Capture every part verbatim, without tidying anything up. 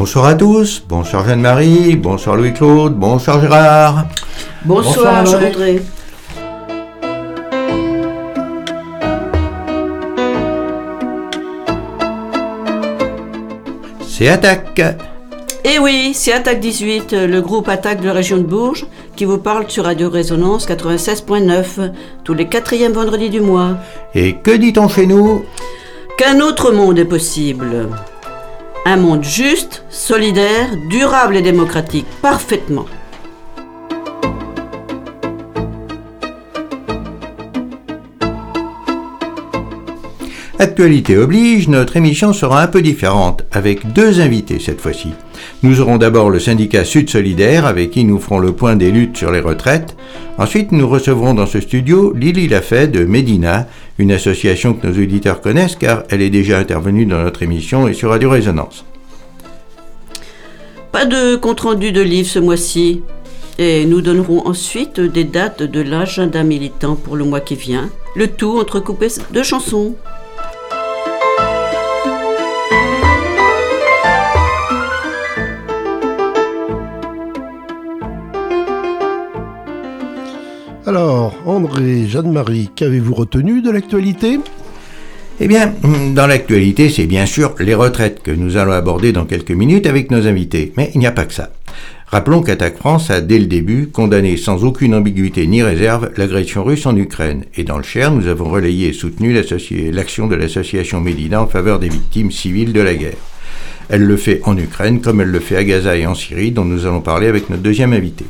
Bonsoir à tous, bonsoir Jeanne-Marie, bonsoir Louis-Claude, bonsoir Gérard. Bonsoir, bonsoir André. C'est Attaque. Eh oui, c'est Attaque dix-huit, le groupe Attaque de la région de Bourges, qui vous parle sur Radio Résonance quatre-vingt-seize point neuf, tous les quatrièmes vendredis du mois. Et que dit-on chez nous ? Qu'un autre monde est possible. Un monde juste, solidaire, durable et démocratique, parfaitement. Actualité oblige, notre émission sera un peu différente, avec deux invités cette fois-ci. Nous aurons d'abord le syndicat Sud Solidaire, avec qui nous ferons le point des luttes sur les retraites. Ensuite, nous recevrons dans ce studio Lily Lafay de Médina, une association que nos auditeurs connaissent car elle est déjà intervenue dans notre émission et sur Radio Résonance. Pas de compte-rendu de livre ce mois-ci. Et nous donnerons ensuite des dates de l'agenda militant pour le mois qui vient, le tout entrecoupé de chansons. Alors, André, Jeanne-Marie, qu'avez-vous retenu de l'actualité ? Eh bien, dans l'actualité, c'est bien sûr les retraites que nous allons aborder dans quelques minutes avec nos invités. Mais il n'y a pas que ça. Rappelons qu'Attaque France a, dès le début, condamné sans aucune ambiguïté ni réserve l'agression russe en Ukraine. Et dans le Cher, nous avons relayé et soutenu l'action de l'association Médina en faveur des victimes civiles de la guerre. Elle le fait en Ukraine comme elle le fait à Gaza et en Syrie, dont nous allons parler avec notre deuxième invité.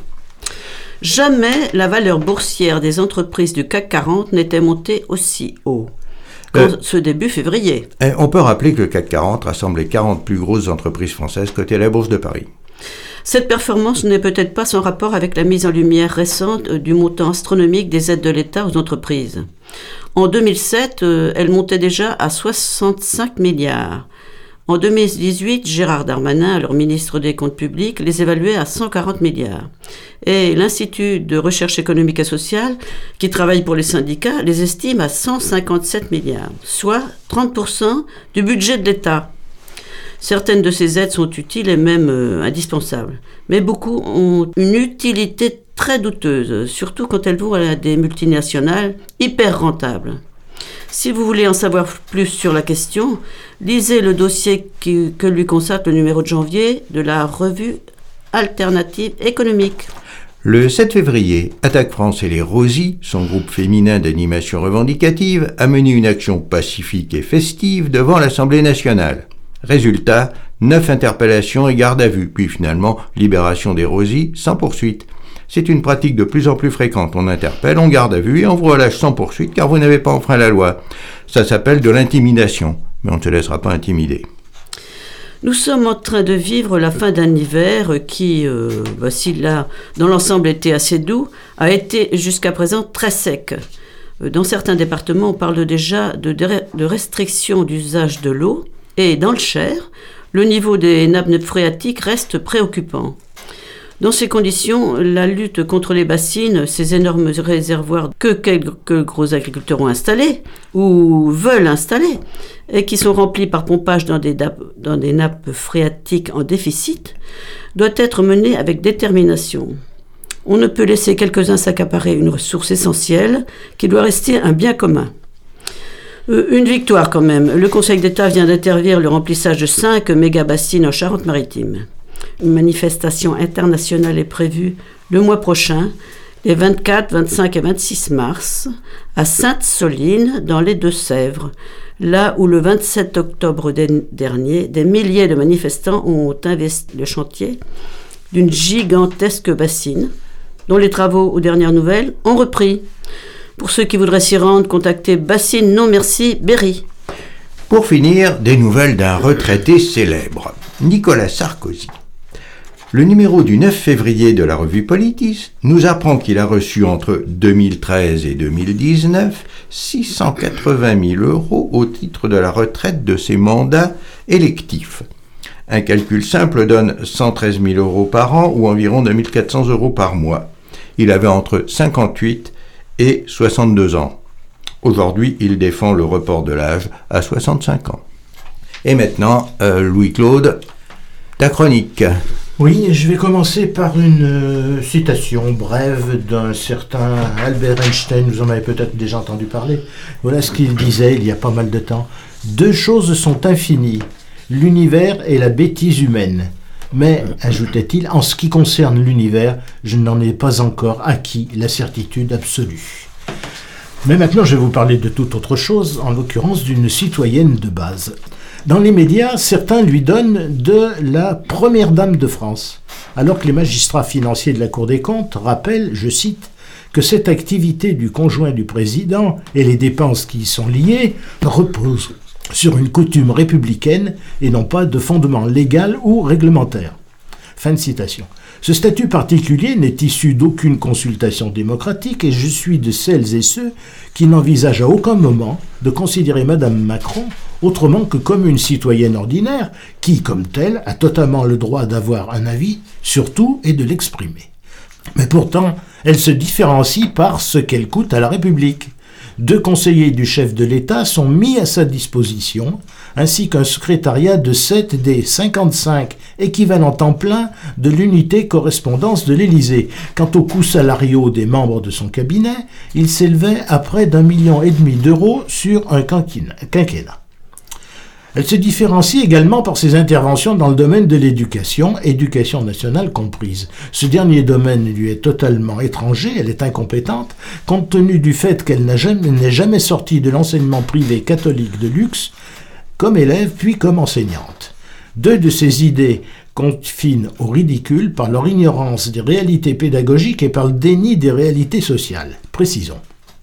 Jamais la valeur boursière des entreprises du C A C quarante n'était montée aussi haut. Quand euh, ce début février. On peut rappeler que le C A C quarante rassemble les quarante plus grosses entreprises françaises cotées à la Bourse de Paris. Cette performance n'est peut-être pas sans rapport avec la mise en lumière récente du montant astronomique des aides de l'État aux entreprises. En deux mille sept, elle montait déjà à soixante-cinq milliards. En deux mille dix-huit, Gérard Darmanin, alors ministre des Comptes publics, les évaluait à cent quarante milliards. Et l'Institut de recherche économique et sociale, qui travaille pour les syndicats, les estime à cent cinquante-sept milliards, soit trente pour cent du budget de l'État. Certaines de ces aides sont utiles et même euh, indispensables, mais beaucoup ont une utilité très douteuse, surtout quand elles vont à des multinationales hyper rentables. Si vous voulez en savoir plus sur la question, lisez le dossier qui, que lui consacre le numéro de janvier de la revue Alternative économique. Le sept février, Attaque France et les Rosies, son groupe féminin d'animation revendicative, a mené une action pacifique et festive devant l'Assemblée nationale. Résultat, neuf interpellations et garde à vue, puis finalement libération des Rosies sans poursuite. C'est une pratique de plus en plus fréquente. On interpelle, on garde à vue et on vous relâche sans poursuite car vous n'avez pas enfreint la loi. Ça s'appelle de l'intimidation, mais on ne se laissera pas intimider. Nous sommes en train de vivre la fin d'un hiver qui, euh, bah, s'il a dans l'ensemble été assez doux, a été jusqu'à présent très sec. Dans certains départements, on parle déjà de, de restriction d'usage de l'eau et dans le Cher, le niveau des nappes phréatiques reste préoccupant. Dans ces conditions, la lutte contre les bassines, ces énormes réservoirs que quelques gros agriculteurs ont installés ou veulent installer et qui sont remplis par pompage dans des, nappes, dans des nappes phréatiques en déficit, doit être menée avec détermination. On ne peut laisser quelques-uns s'accaparer une ressource essentielle qui doit rester un bien commun. Euh, une victoire quand même. Le Conseil d'État vient d'interdire le remplissage de cinq méga-bassines en Charente-Maritime. Une manifestation internationale est prévue le mois prochain, les vingt-quatre, vingt-cinq et vingt-six mars, à Sainte-Soline, dans les Deux-Sèvres, là où le vingt-sept octobre dernier, des milliers de manifestants ont investi le chantier d'une gigantesque bassine, dont les travaux, aux dernières nouvelles, ont repris. Pour ceux qui voudraient s'y rendre, contactez Bassine Non Merci Berry. Pour finir, des nouvelles d'un retraité célèbre, Nicolas Sarkozy. Le numéro du neuf février de la revue Politis nous apprend qu'il a reçu entre deux mille treize et deux mille dix-neuf six cent quatre-vingt mille euros au titre de la retraite de ses mandats électifs. Un calcul simple donne cent treize mille euros par an ou environ deux mille quatre cents euros par mois. Il avait entre cinquante-huit et soixante-deux ans. Aujourd'hui, il défend le report de l'âge à soixante-cinq ans. Et maintenant, euh, Louis-Claude, ta chronique. Oui, je vais commencer par une euh, citation brève d'un certain Albert Einstein, vous en avez peut-être déjà entendu parler. Voilà ce qu'il disait il y a pas mal de temps. « Deux choses sont infinies, l'univers et la bêtise humaine. Mais, ajoutait-il, en ce qui concerne l'univers, je n'en ai pas encore acquis la certitude absolue. » Mais maintenant, je vais vous parler de toute autre chose, en l'occurrence d'une citoyenne de base. Dans les médias, certains lui donnent de la première dame de France, alors que les magistrats financiers de la Cour des comptes rappellent, je cite, que cette activité du conjoint du président et les dépenses qui y sont liées reposent sur une coutume républicaine et non pas de fondement légal ou réglementaire. Fin de citation. Ce statut particulier n'est issu d'aucune consultation démocratique et je suis de celles et ceux qui n'envisagent à aucun moment de considérer Madame Macron autrement que comme une citoyenne ordinaire qui, comme telle, a totalement le droit d'avoir un avis sur tout et de l'exprimer. Mais pourtant, elle se différencie par ce qu'elle coûte à la République. Deux conseillers du chef de l'État sont mis à sa disposition, ainsi qu'un secrétariat de sept des cinquante-cinq équivalents temps plein de l'unité correspondance de l'Élysée. Quant aux coûts salariaux des membres de son cabinet, ils s'élevaient à près d'un million et demi d'euros sur un quinquennat. Elle se différencie également par ses interventions dans le domaine de l'éducation, éducation nationale comprise. Ce dernier domaine lui est totalement étranger, elle est incompétente, compte tenu du fait qu'elle n'a jamais, n'est jamais sortie de l'enseignement privé catholique de luxe, comme élève puis comme enseignante. Deux de ses idées confinent au ridicule par leur ignorance des réalités pédagogiques et par le déni des réalités sociales. Précisons.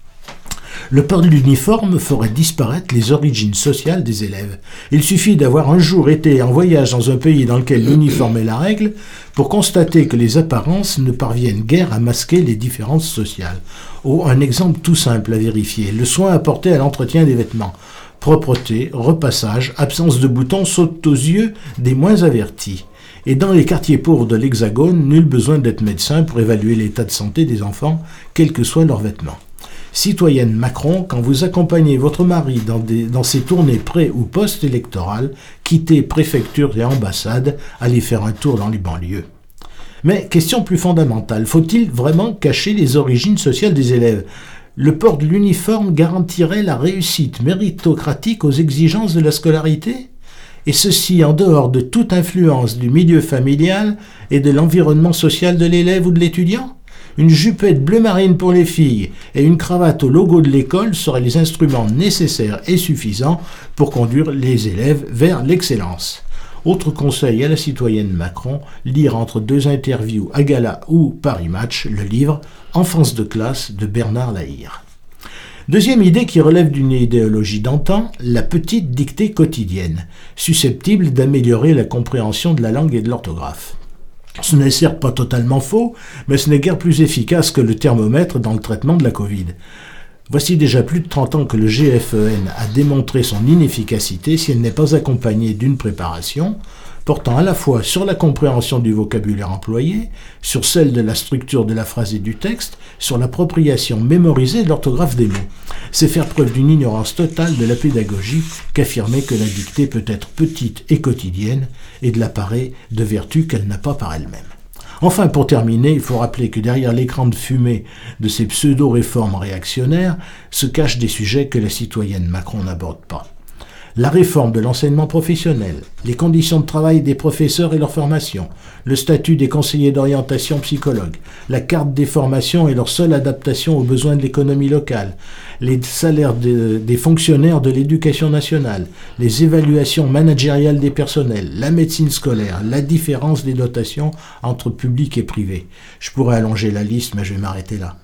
Le port de l'uniforme ferait disparaître les origines sociales des élèves. Il suffit d'avoir un jour été en voyage dans un pays dans lequel l'uniforme est la règle pour constater que les apparences ne parviennent guère à masquer les différences sociales. Oh, un exemple tout simple à vérifier, le soin apporté à l'entretien des vêtements. Propreté, repassage, absence de boutons sautent aux yeux des moins avertis. Et dans les quartiers pauvres de l'Hexagone, nul besoin d'être médecin pour évaluer l'état de santé des enfants, quels que soient leurs vêtements. Citoyenne Macron, quand vous accompagnez votre mari dans, des, dans ses tournées pré- ou post-électorales, quittez préfectures et ambassades, allez faire un tour dans les banlieues. Mais question plus fondamentale, faut-il vraiment cacher les origines sociales des élèves ? Le port de l'uniforme garantirait la réussite méritocratique aux exigences de la scolarité ? Et ceci en dehors de toute influence du milieu familial et de l'environnement social de l'élève ou de l'étudiant ? Une jupette bleu marine pour les filles et une cravate au logo de l'école seraient les instruments nécessaires et suffisants pour conduire les élèves vers l'excellence. Autre conseil à la citoyenne Macron, lire entre deux interviews à Gala ou Paris Match le livre « Enfance de classe » de Bernard Lahire. Deuxième idée qui relève d'une idéologie d'antan, la petite dictée quotidienne, susceptible d'améliorer la compréhension de la langue et de l'orthographe. Ce n'est certes pas totalement faux, mais ce n'est guère plus efficace que le thermomètre dans le traitement de la Covid. Voici déjà plus de trente ans que le G F E N a démontré son inefficacité si elle n'est pas accompagnée d'une préparation portant à la fois sur la compréhension du vocabulaire employé, sur celle de la structure de la phrase et du texte, sur l'appropriation mémorisée de l'orthographe des mots. C'est faire preuve d'une ignorance totale de la pédagogie qu'affirmer que la dictée peut être petite et quotidienne et de la parer de vertu qu'elle n'a pas par elle-même. Enfin, pour terminer, il faut rappeler que derrière l'écran de fumée de ces pseudo-réformes réactionnaires se cachent des sujets que la citoyenne Macron n'aborde pas. La réforme de l'enseignement professionnel, les conditions de travail des professeurs et leur formation, le statut des conseillers d'orientation psychologues, la carte des formations et leur seule adaptation aux besoins de l'économie locale, les salaires de, des fonctionnaires de l'éducation nationale, les évaluations managériales des personnels, la médecine scolaire, la différence des dotations entre public et privé. Je pourrais allonger la liste, mais je vais m'arrêter là.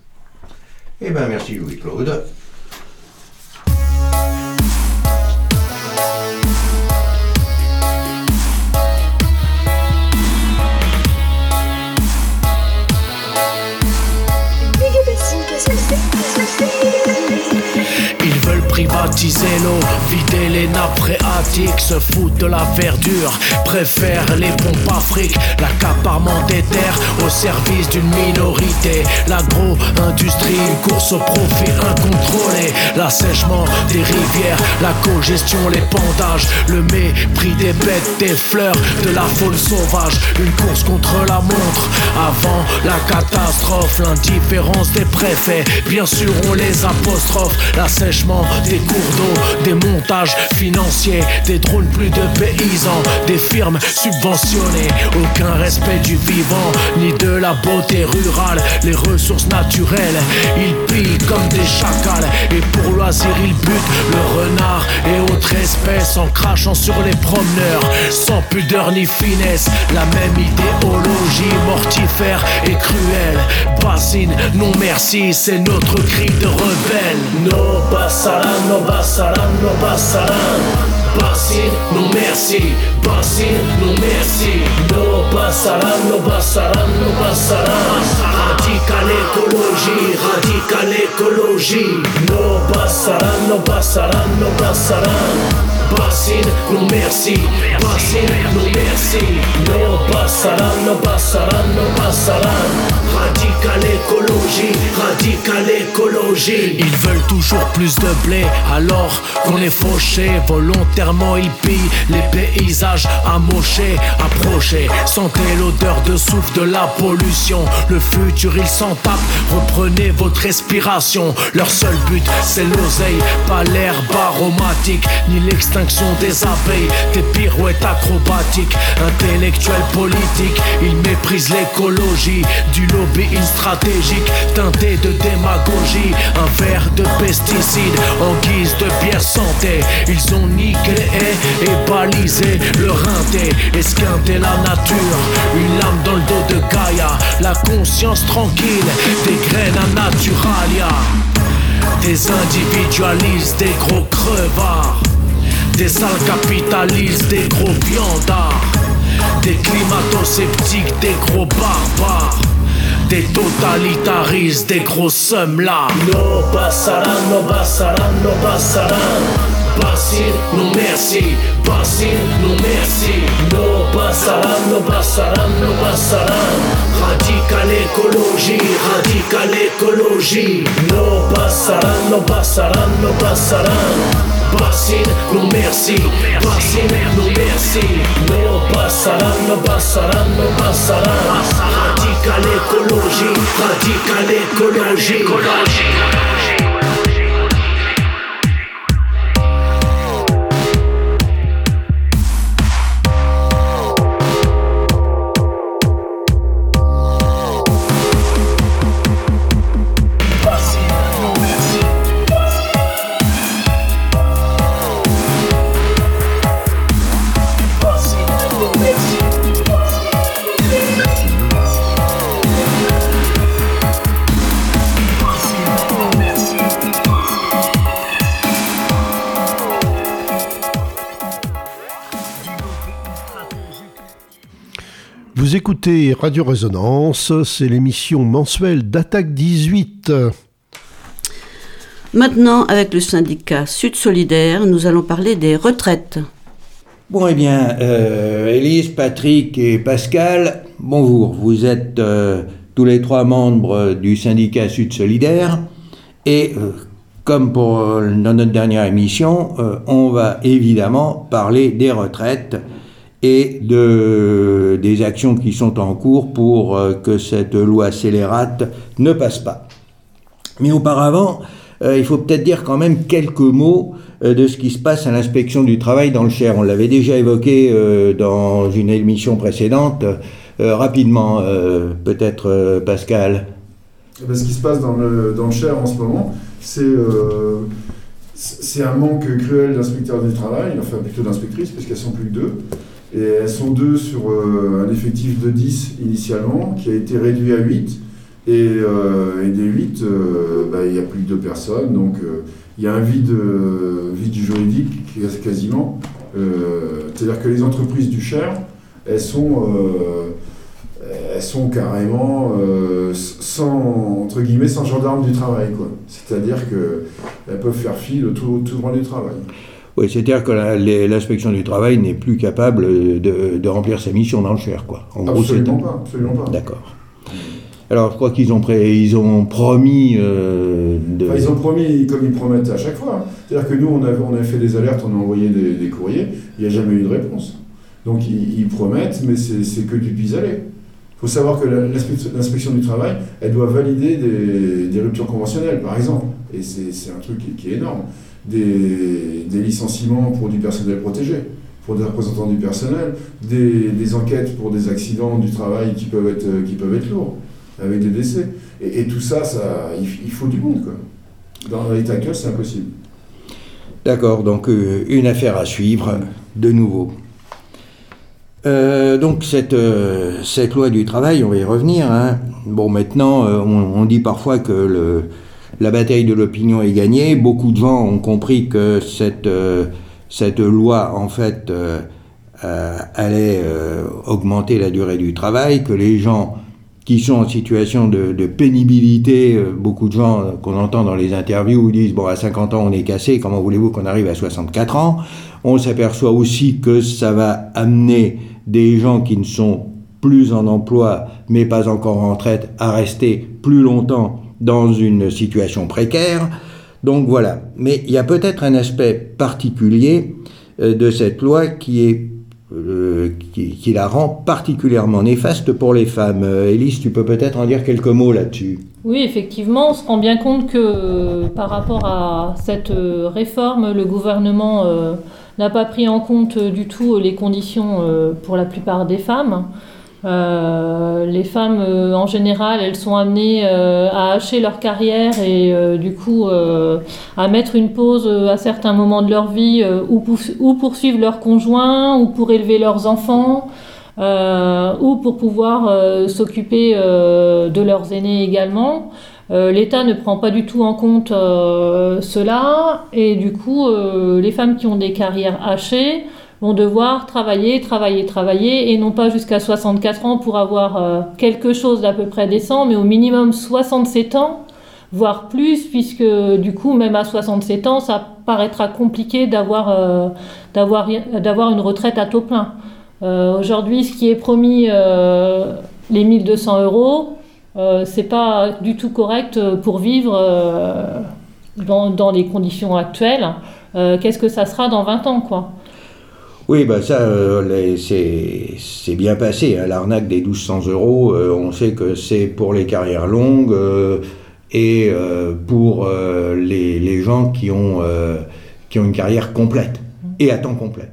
Eh bien, merci Louis-Claude. Ils veulent privatiser l'eau, vider les nappes phréatiques, se foutent de la verdure, préfèrent les pompes à fric, l'accaparement des terres au service d'une minorité, l'agro-industrie, une course au profit incontrôlé, l'assèchement des rivières, la cogestion, les pendages, le mépris des bêtes, des fleurs, de la faune sauvage, une course contre la montre, avant la catastrophe, l'indifférence des préfets, bien sûr on les apostrophe, l'assèchement des cours d'eau, des montages financiers, des drones plus de paysans, des firmes subventionnées, aucun respect du vivant, ni de la beauté rurale, les ressources naturelles, ils pillent comme des chacals, et pour loisir ils butent le renard et autres espèces en crachant sur les promeneurs, sans pudeur ni finesse, la même idéologie mortifère et cruelle, bassine, non merci, c'est notre cri de rebelle. No pasarán, no pasarán, no pasarán. Bassine, non merci, bassine, non merci. No pasarán, no pasarán, no pasarán. Radical écologie, radical écologie. No pasarán, no pasarán, no pasarán. Bassine, non merci, bassine, non merci. No pasarán, no pasarán, no pasarán. Radical écologie, radical écologie. Ils veulent toujours plus de blé alors qu'on est fauché. Volontairement ils pillent les paysages amochés. Approchez, sentez l'odeur de souffle de la pollution. Le futur ils s'en tapent, reprenez votre respiration. Leur seul but c'est l'oseille, pas l'herbe aromatique, ni l'extinction des abeilles, des pirouettes acrobatiques. Intellectuels politiques, ils méprisent l'écologie, du lobbying stratégique teinté de démagogie. Un verre de pesticides en guise de bière santé. Ils ont niqué les haies et balisé le rinté, esquinté la nature, une lame dans le dos de Gaïa. La conscience tranquille, des graines à naturalia. Des individualistes, des gros crevards, des sales capitalistes, des gros viandards, des climato-sceptiques, des gros barbares, des totalitaristes, des gros seums-là. No pasarán, no pasarán, no pasarán. Bassine, non merci, bassine, non merci. No pasarán, no pasarán, no pasarán. Radical écologie, radical écologie. No pasarán, no pasarán, no pasarán. Bassine, non merci, bassine, non merci. No pasarán, no pasarán, no pasarán. Radical écologie, radical écologie, écologie. Vous écoutez Radio Résonance, c'est l'émission mensuelle d'Attaque dix-huit. Maintenant, avec le syndicat Sud Solidaire, nous allons parler des retraites. Bon, eh bien, euh, Élise, Patrick et Pascal, bonjour. Vous êtes euh, tous les trois membres du syndicat Sud Solidaire. Et euh, comme pour, euh, dans notre dernière émission, euh, on va évidemment parler des retraites et de, des actions qui sont en cours pour euh, que cette loi scélérate ne passe pas. Mais auparavant, euh, il faut peut-être dire quand même quelques mots euh, de ce qui se passe à l'inspection du travail dans le Cher. On l'avait déjà évoqué euh, dans une émission précédente. Euh, rapidement, euh, peut-être euh, Pascal. Eh bien, ce qui se passe dans le, dans le Cher en ce moment, c'est, euh, c'est un manque cruel d'inspecteurs du travail, enfin plutôt d'inspectrices, puisqu'elles sont plus que deux. Et elles sont deux sur euh, un effectif de dix initialement, qui a été réduit à huit. Et, euh, et des huit, euh, bah, il n'y a plus que deux personnes. Donc euh, il y a un vide, euh, vide juridique quasiment. Euh, c'est-à-dire que les entreprises du Cher, elles sont, euh, elles sont carrément euh, sans, entre guillemets, sans gendarme du travail, quoi. C'est-à-dire qu'elles peuvent faire fi de tout, tout droit du travail. Oui, c'est-à-dire que la, les, l'inspection du travail n'est plus capable de, de remplir sa mission dans le Cher, quoi. En absolument gros, pas, absolument pas. D'accord. Alors, je crois qu'ils ont, pré, ils ont promis euh, de... Enfin, ils ont promis, comme ils promettent à chaque fois. Hein. C'est-à-dire que nous, on a, on a fait des alertes, on a envoyé des, des courriers, il n'y a jamais eu de réponse. Donc, ils, ils promettent, mais c'est, c'est que du pis-aller. Il faut savoir que l'inspection, l'inspection du travail, elle doit valider des, des ruptures conventionnelles, par exemple. Et c'est, c'est un truc qui, qui est énorme. Des, des licenciements pour du personnel protégé, pour des représentants du personnel, des, des enquêtes pour des accidents du travail qui peuvent être, qui peuvent être lourds, avec des décès. Et, et tout ça, ça il, il faut du monde, quoi. Dans l'état actuel, c'est impossible. D'accord, donc euh, une affaire à suivre, de nouveau. Euh, donc cette, euh, cette loi du travail, on va y revenir. Hein. Bon, maintenant, euh, on, on dit parfois que le, la bataille de l'opinion est gagnée. Beaucoup de gens ont compris que cette, euh, cette loi, en fait, euh, euh, allait euh, augmenter la durée du travail, que les gens qui sont en situation de, de pénibilité, euh, beaucoup de gens euh, qu'on entend dans les interviews disent « bon, à cinquante ans, on est cassé, comment voulez-vous qu'on arrive à soixante-quatre ans ?» On s'aperçoit aussi que ça va amener des gens qui ne sont plus en emploi, mais pas encore en retraite, à rester plus longtemps dans une situation précaire. Donc voilà. Mais il y a peut-être un aspect particulier euh, de cette loi qui est euh, qui, qui la rend particulièrement néfaste pour les femmes. Euh, Élise, tu peux peut-être en dire quelques mots là-dessus. Oui, effectivement, on se rend bien compte que euh, par rapport à cette euh, réforme, le gouvernement euh, n'a pas pris en compte euh, du tout euh, les conditions euh, pour la plupart des femmes. Euh, les femmes, euh, en général, elles sont amenées euh, à hacher leur carrière et euh, du coup euh, à mettre une pause euh, à certains moments de leur vie euh, ou, pour, ou poursuivre leur conjoint ou pour élever leurs enfants. Euh, ou pour pouvoir euh, s'occuper euh, de leurs aînés également. Euh, L'État ne prend pas du tout en compte euh, cela et du coup euh, les femmes qui ont des carrières hachées vont devoir travailler, travailler, travailler et non pas jusqu'à soixante-quatre ans pour avoir euh, quelque chose d'à peu près décent, mais au minimum soixante-sept ans, voire plus, puisque du coup même à soixante-sept ans ça paraîtra compliqué d'avoir, euh, d'avoir, d'avoir une retraite à taux plein. Euh, aujourd'hui, ce qui est promis, euh, les mille deux cents euros, euh, c'est pas du tout correct pour vivre euh, dans, dans les conditions actuelles. Euh, qu'est-ce que ça sera dans vingt ans, quoi? Oui, bah ça, euh, les, c'est, c'est bien passé. Hein. L'arnaque des douze cents euros, euh, on sait que c'est pour les carrières longues euh, et euh, pour euh, les, les gens qui ont, euh, qui ont une carrière complète et à temps complet.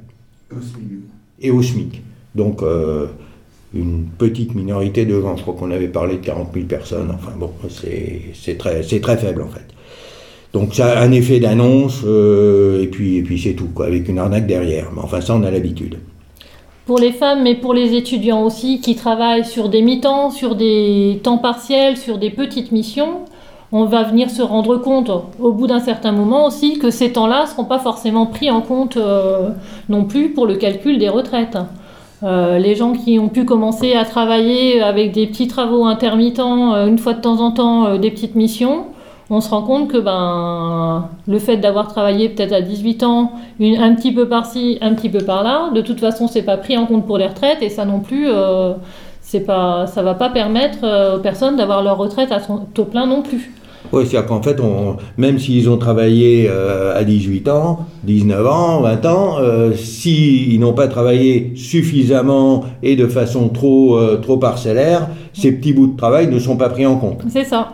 Et au SMIC. Donc, euh, une petite minorité de gens, je crois qu'on avait parlé de quarante mille personnes, enfin bon, c'est, c'est, très, c'est très faible en fait. Donc ça a un effet d'annonce, euh, et, puis, et puis c'est tout, quoi, avec une arnaque derrière. Mais enfin ça, on a l'habitude. Pour les femmes, mais pour les étudiants aussi, qui travaillent sur des mi-temps, sur des temps partiels, sur des petites missions, on va venir se rendre compte au bout d'un certain moment aussi que ces temps-là ne seront pas forcément pris en compte euh, non plus pour le calcul des retraites. Euh, les gens qui ont pu commencer à travailler avec des petits travaux intermittents, euh, une fois de temps en temps, euh, des petites missions, on se rend compte que ben, le fait d'avoir travaillé peut-être à dix-huit ans, une, un petit peu par-ci, un petit peu par-là, de toute façon, c'est pas pris en compte pour les retraites et ça non plus, euh, c'est pas, ça va pas permettre euh, aux personnes d'avoir leur retraite à son taux plein non plus. Oui, c'est-à-dire qu'en fait, on, même s'ils ont travaillé euh, à dix-huit ans, dix-neuf ans, vingt ans, euh, s'ils n'ont pas travaillé suffisamment et de façon trop, euh, trop parcellaire, ces petits bouts de travail ne sont pas pris en compte. C'est ça.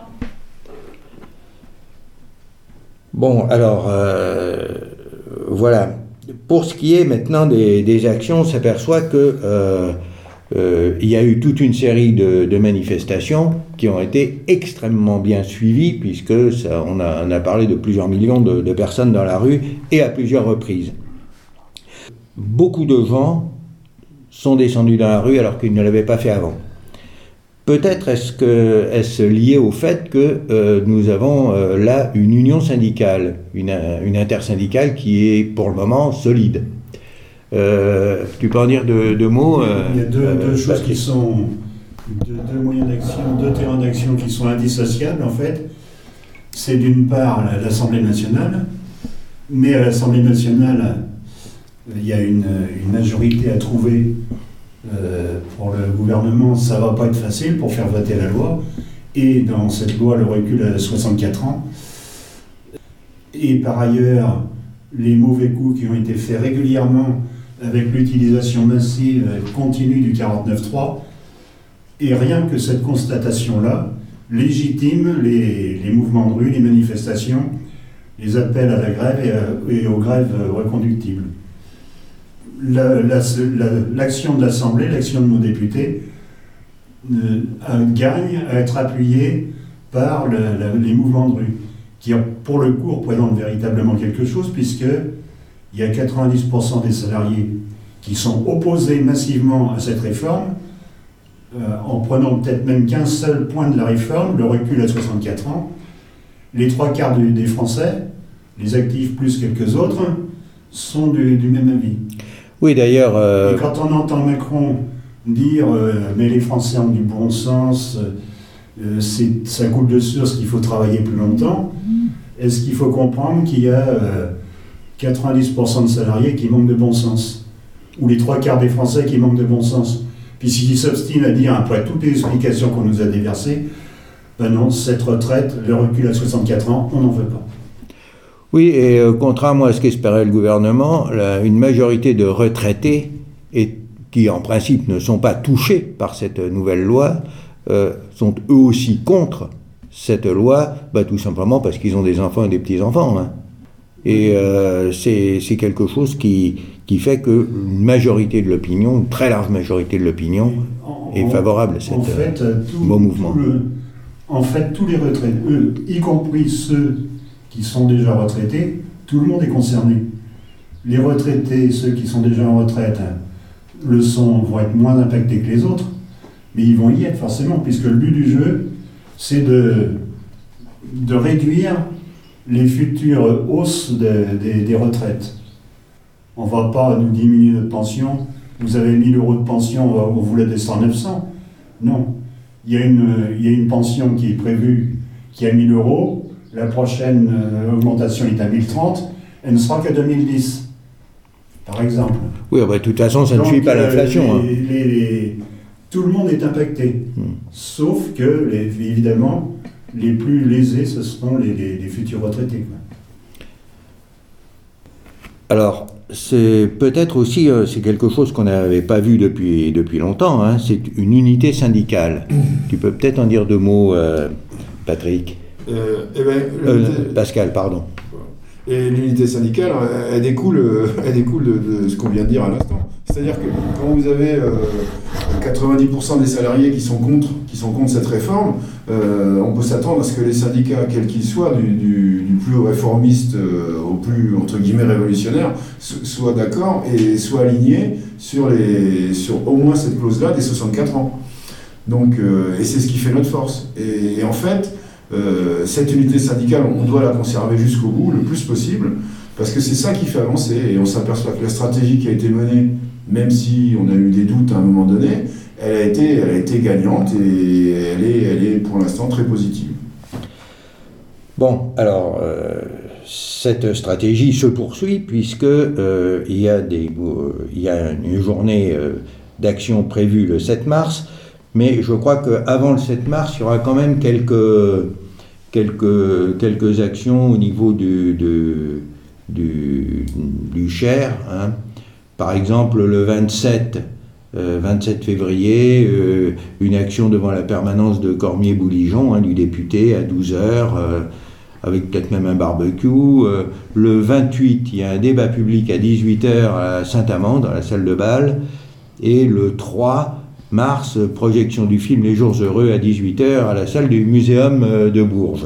Bon, alors, euh, voilà. Pour ce qui est maintenant des, des actions, on s'aperçoit que euh, euh, il y a eu toute une série de, de manifestations qui ont été extrêmement bien suivies, puisque ça, on, a, on a parlé de plusieurs millions de, de personnes dans la rue, et à plusieurs reprises. Beaucoup de gens sont descendus dans la rue alors qu'ils ne l'avaient pas fait avant. Peut-être est-ce, que, est-ce lié au fait que euh, nous avons euh, là une union syndicale, une, une intersyndicale qui est pour le moment solide. Euh, tu peux en dire deux, deux mots euh, Il y a deux, euh, deux choses qui sont, deux, deux moyens d'action, deux terrains d'action qui sont indissociables en fait. C'est d'une part l'Assemblée nationale, mais à l'Assemblée nationale, il y a une, une majorité à trouver euh, pour le gouvernement. Ça ne va pas être facile pour faire voter la loi. Et dans cette loi, le recul à soixante-quatre ans. Et par ailleurs, les mauvais coups qui ont été faits régulièrement avec l'utilisation massive continue du quarante-neuf trois. Et rien que cette constatation-là légitime les, les mouvements de rue, les manifestations, les appels à la grève et, à, et aux grèves reconductibles. La, la, la, l'action de l'Assemblée, l'action de nos députés, euh, gagne à être appuyée par le, la, les mouvements de rue, qui pour le coup représentent véritablement quelque chose, puisqu'il y a quatre-vingt-dix pour cent des salariés qui sont opposés massivement à cette réforme, euh, en prenant peut-être même qu'un seul point de la réforme, le recul à soixante-quatre ans. Les trois quarts du, des Français, les actifs plus quelques autres, sont du, du même avis. Oui, d'ailleurs... Euh... Et quand on entend Macron dire euh, « mais les Français ont du bon sens, euh, c'est, ça coule de source qu'il faut travailler plus longtemps », est-ce qu'il faut comprendre qu'il y a euh, quatre-vingt-dix pour cent de salariés qui manquent de bon sens, ou les trois quarts des Français qui manquent de bon sens, puisqu'ils s'obstinent à dire, après toutes les explications qu'on nous a déversées, ben non, cette retraite, le recul à soixante-quatre ans, on n'en veut pas. Oui, et euh, contrairement à ce qu'espérait le gouvernement, la, une majorité de retraités, et, qui en principe ne sont pas touchés par cette nouvelle loi, euh, sont eux aussi contre cette loi, bah, tout simplement parce qu'ils ont des enfants et des petits-enfants. Hein. Et euh, c'est, c'est quelque chose qui, qui fait qu'une majorité de l'opinion, une très large majorité de l'opinion, en, est favorable à cet en fait, tout, bon mouvement. Tout le, en fait, tous les retraités, eux, y compris ceux qui sont déjà retraités, tout le monde est concerné. Les retraités, ceux qui sont déjà en retraite, le sont, vont être moins impactés que les autres, mais ils vont y être forcément, puisque le but du jeu, c'est de, de réduire les futures hausses de, de, des retraites. On ne va pas nous diminuer notre pension. Vous avez mille euros de pension, on vous la descend à neuf cents. Non. Il y a une, il y a une pension qui est prévue, qui est à mille euros. La prochaine euh, augmentation est à mille trente. Elle ne sera qu'à deux mille dix, par exemple. Oui, bah, de toute façon, ça Donc, ne suit pas l'inflation. Les, hein. les, les, tout le monde est impacté. Hmm. Sauf que, les, évidemment, les plus lésés, ce seront les, les, les futurs retraités. Quoi. Alors, c'est peut-être aussi, euh, c'est quelque chose qu'on n'avait pas vu depuis, depuis longtemps, hein, c'est une unité syndicale. Tu peux peut-être en dire deux mots, euh, Patrick euh, eh ben, euh, Pascal, pardon. Et l'unité syndicale, elle découle, elle découle de, de ce qu'on vient de dire à l'instant. C'est-à-dire que quand vous avez euh, quatre-vingt-dix pour cent des salariés qui sont contre, qui sont contre cette réforme, euh, on peut s'attendre à ce que les syndicats, quels qu'ils soient, du, du, du plus réformiste euh, au plus, entre guillemets, révolutionnaire, soient d'accord et soient alignés sur, les, sur au moins cette clause-là des soixante-quatre ans. Donc, euh, et c'est ce qui fait notre force. Et, et en fait, Euh, cette unité syndicale, on doit la conserver jusqu'au bout, le plus possible, parce que c'est ça qui fait avancer, et on s'aperçoit que la stratégie qui a été menée, même si on a eu des doutes à un moment donné, elle a été, elle a été gagnante, et elle est, elle est pour l'instant très positive. Bon, alors, euh, cette stratégie se poursuit, puisque euh, il y a des, euh, il y a une journée euh, d'action prévue le sept mars, mais je crois qu'avant le sept mars, il y aura quand même quelques, quelques, quelques actions au niveau du, du, du, du Cher. Hein. Par exemple, le vingt-sept, euh, vingt-sept février, euh, une action devant la permanence de Cormier-Bouligeon, hein, du député, à douze heures, euh, avec peut-être même un barbecue. Euh, le vingt-huit, il y a un débat public à dix-huit heures à Saint-Amand, dans la salle de bal. Et le trois mars, projection du film Les Jours Heureux à dix-huit heures à la salle du Muséum de Bourges.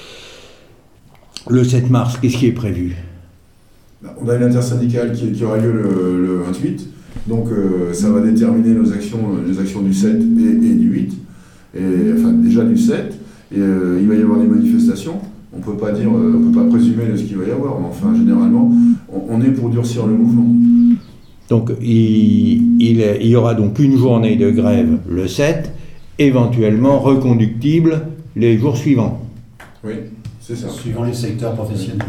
Le sept mars, qu'est-ce qui est prévu ? On a une intersyndicale qui, qui aura lieu le, le vingt-huit, donc euh, ça va déterminer nos actions, les actions du sept et, et du huit, et, enfin déjà du sept, et euh, il va y avoir des manifestations. On ne peut pas dire, euh, on peut pas présumer de ce qu'il va y avoir, mais enfin généralement, on, on est pour durcir le mouvement. Donc il, il, il y aura donc une journée de grève le sept éventuellement reconductibles les jours suivants. Oui, c'est ça. Suivant les secteurs professionnels.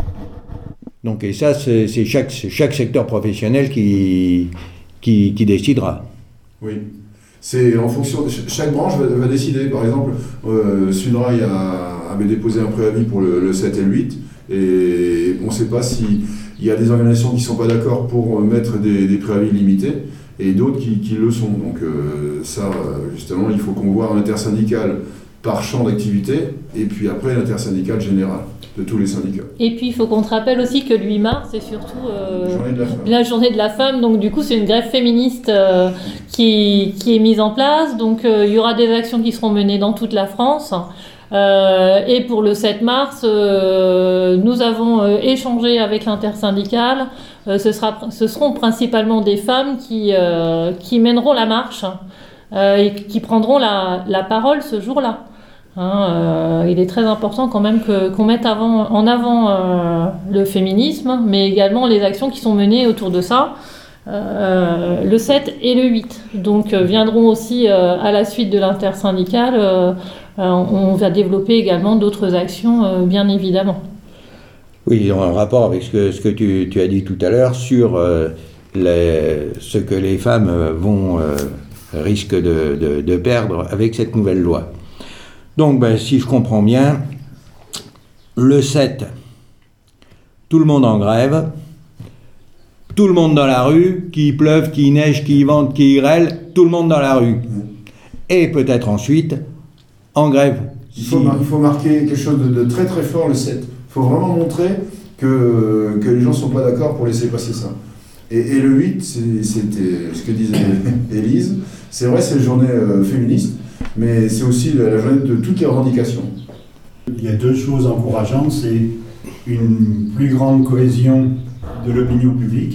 Donc, et ça, c'est, c'est chaque, c'est chaque secteur professionnel qui, qui, qui décidera. Oui. C'est en fonction. Chaque branche va, va décider. Par exemple, euh, Sudrail a, avait déposé un préavis pour le, le sept et le huit. Et on ne sait pas s'il y a des organisations qui ne sont pas d'accord pour mettre des, des préavis limités et d'autres qui, qui le sont. Donc, euh, ça, justement, il faut qu'on voit un intersyndical par champ d'activité et puis après l'intersyndicale générale de tous les syndicats. Et puis il faut qu'on te rappelle aussi que le huit mars, c'est surtout euh, journée de la, femme. la journée de la femme, donc du coup c'est une grève féministe euh, qui, qui est mise en place, donc euh, il y aura des actions qui seront menées dans toute la France. Euh, et pour le sept mars, euh, nous avons euh, échangé avec l'intersyndicale, euh, ce, sera, ce seront principalement des femmes qui, euh, qui mèneront la marche euh, et qui prendront la, la parole ce jour-là. Hein, euh, il est très important quand même que, qu'on mette avant, en avant euh, le féminisme, mais également les actions qui sont menées autour de ça, euh, le sept et le huit. Donc euh, viendront aussi euh, à la suite de l'intersyndicale, euh, euh, on va développer également d'autres actions, euh, bien évidemment. Oui, en rapport avec ce que, ce que tu, tu as dit tout à l'heure sur euh, les, ce que les femmes vont euh, risquent de, de, de perdre avec cette nouvelle loi. Donc, ben, si je comprends bien, le sept, tout le monde en grève, tout le monde dans la rue, qu'il pleuve, qu'il neige, qu'il vente, qu'il grêle, tout le monde dans la rue. Et peut-être ensuite, en grève. Il faut, mar- il faut marquer quelque chose de, de très très fort le sept. Il faut vraiment montrer que, que les gens ne sont pas d'accord pour laisser passer ça. Et, et le huit, c'est, c'était ce que disait Élise, c'est vrai, c'est une journée euh, féministe, mais c'est aussi la, la journée de toutes les revendications. Il y a deux choses encourageantes, c'est une plus grande cohésion de l'opinion publique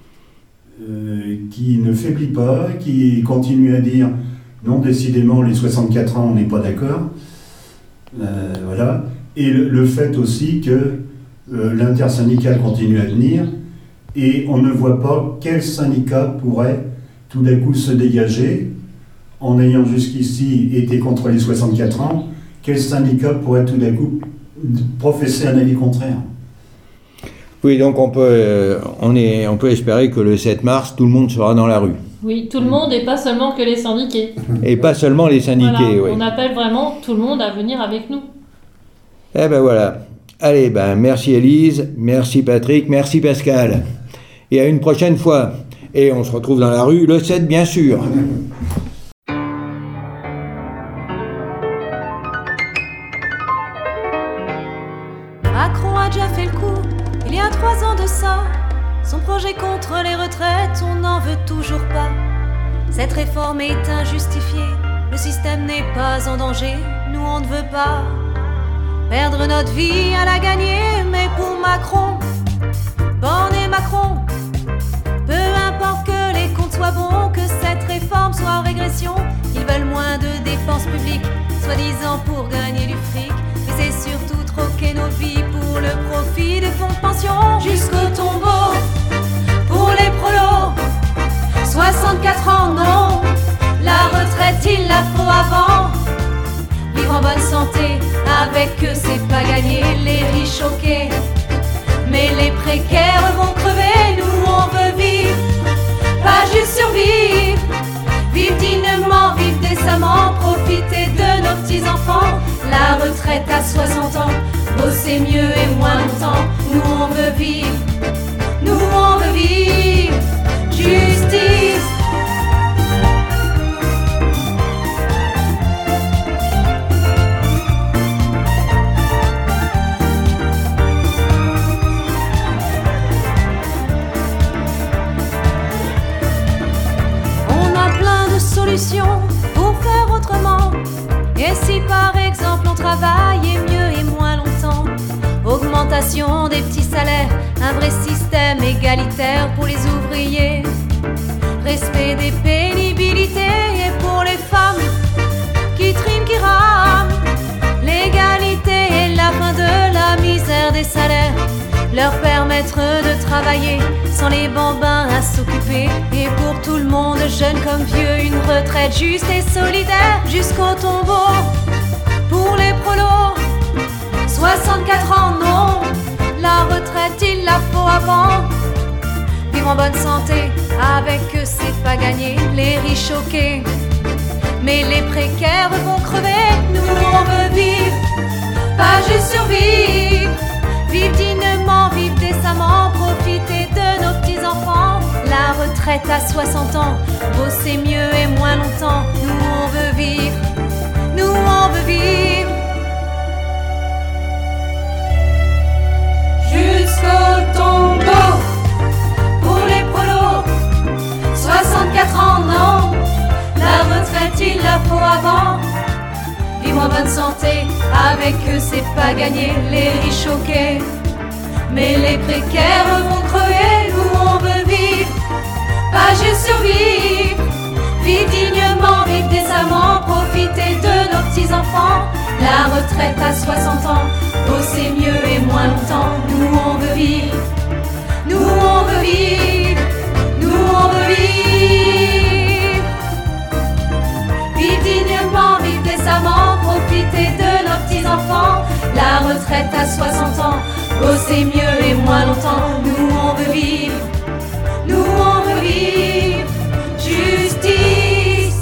euh, qui ne faiblit pas, qui continue à dire non, décidément, les soixante-quatre ans, on n'est pas d'accord. Euh, voilà. Et le, le fait aussi que euh, l'intersyndicale continue à tenir et on ne voit pas quel syndicat pourrait tout d'un coup se dégager en ayant jusqu'ici été contre les soixante-quatre ans, quel syndicat pourrait tout d'un coup professer un avis contraire? Oui, donc on peut, euh, on, est, on peut espérer que le sept mars, tout le monde sera dans la rue. Oui, tout le monde et pas seulement que les syndiqués. Et pas seulement les syndiqués, Voilà, oui. on appelle vraiment tout le monde à venir avec nous. Eh ben voilà. Allez, ben merci Élise, merci Patrick, merci Pascal. Et à une prochaine fois. Et on se retrouve dans la rue le sept, bien sûr. Macron a déjà fait le coup, il y a trois ans de ça. Son projet contre les retraites, on n'en veut toujours pas. Cette réforme est injustifiée, le système n'est pas en danger, nous on ne veut pas perdre notre vie à la gagner. Mais pour Macron, Borne et Macron, peu importe que les comptes soient bons, que cette réforme soit en régression, ils veulent moins de dépenses publiques, soi-disant pour gagner du fric. Mais c'est surtout troquer nos vies pour le profit des fonds de pension. Jusqu'au tombeau, pour les prolos, soixante-quatre ans non, la retraite il la faut avant. Vivre en bonne santé, avec eux c'est pas gagné, les riches choqués, mais les précaires vont crever. Nous on veut vivre, pas juste survivre, vivre dignement, vivre décemment, profiter de nos petits-enfants. La retraite à soixante ans, bosser mieux et moins longtemps. Nous on veut vivre, nous on veut vivre, justice. Pour faire autrement. Et si par exemple on travaillait mieux et moins longtemps, augmentation des petits salaires, un vrai système égalitaire pour les ouvriers, respect des pénibilités. Et pour les femmes qui triment, qui rament, l'égalité et la fin de la misère des salaires, leur permettre de travailler travailler, sans les bambins à s'occuper. Et pour tout le monde, jeune comme vieux, une retraite juste et solidaire jusqu'au tombeau. Pour les prolos, soixante-quatre ans, non, la retraite il la faut avant. Vivre en bonne santé, avec eux c'est pas gagné, les riches choqués. Mais les précaires vont crever, nous on veut vivre, pas juste survivre. Vivre dignement, vivre décemment, profiter de nos petits-enfants. La retraite à soixante ans, bosser mieux et moins longtemps. Nous on veut vivre, nous on veut vivre. Jusqu'au tombeau, pour les prolos, soixante-quatre ans, non, la retraite il la faut avant. Vivre en bonne santé, avec eux c'est pas gagné, les riches choqués. Mais les précaires vont crever, nous on veut vivre, pas juste survivre. Vivre dignement, vivre décemment, profiter de nos petits-enfants. La retraite à soixante ans, bosser mieux et moins longtemps. Nous on veut vivre, nous on veut vivre, nous on veut vivre. Vivre dignement, vivre décemment, profiter de nos petits-enfants. La retraite à soixante ans, bosser mieux et moins longtemps. Nous on veut vivre, nous on veut vivre. Justice.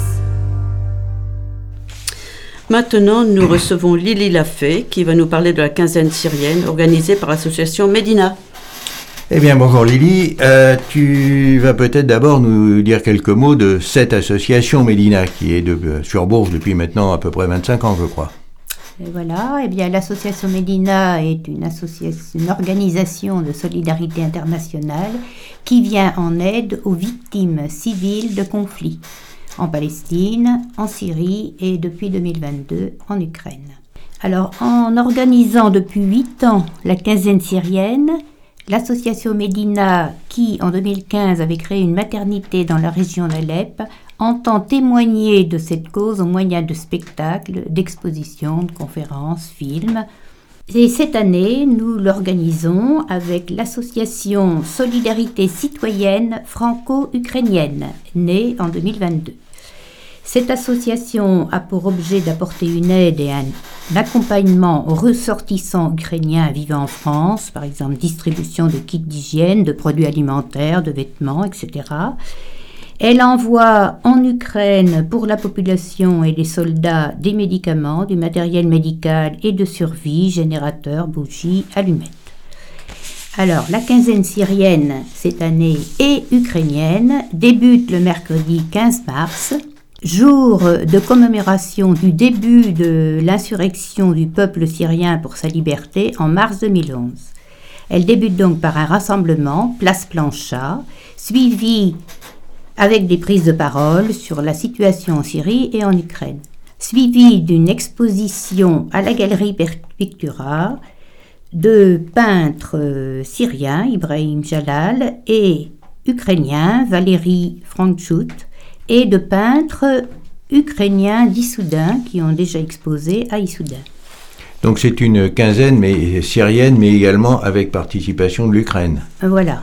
Maintenant, nous recevons Lily Lafay qui va nous parler de la quinzaine syrienne organisée par l'association Médina. Eh bien, bonjour Lily. Euh, tu vas peut-être d'abord nous dire quelques mots de cette association Médina qui est de, euh, sur Bourges depuis maintenant à peu près vingt-cinq ans, je crois. Et voilà, eh bien, l'association Médina est une, association, une organisation de solidarité internationale qui vient en aide aux victimes civiles de conflits en Palestine, en Syrie et depuis deux mille vingt-deux en Ukraine. Alors, en organisant depuis huit ans la quinzaine syrienne, l'association Médina, qui en deux mille quinze avait créé une maternité dans la région d'Alep, entend témoigner de cette cause au moyen de spectacles, d'expositions, de conférences, films. Et cette année, nous l'organisons avec l'association Solidarité citoyenne franco-ukrainienne, née en deux mille vingt-deux. Cette association a pour objet d'apporter une aide et un accompagnement aux ressortissants ukrainiens vivant en France, par exemple distribution de kits d'hygiène, de produits alimentaires, de vêtements, et cetera. Elle envoie en Ukraine pour la population et les soldats des médicaments, du matériel médical et de survie, générateurs, bougies, allumettes. Alors, la quinzaine syrienne, cette année, et ukrainienne, débute le mercredi quinze mars, jour de commémoration du début de l'insurrection du peuple syrien pour sa liberté en mars deux mille onze. Elle débute donc par un rassemblement, place Planchat, suivi avec des prises de parole sur la situation en Syrie et en Ukraine, suivi d'une exposition à la galerie Pictura de peintres syriens, Ibrahim Jalal, et ukrainiens, Valérie Franchut, et de peintres ukrainiens d'Issoudun qui ont déjà exposé à Issoudun. Donc c'est une quinzaine mais syrienne, mais également avec participation de l'Ukraine. Voilà.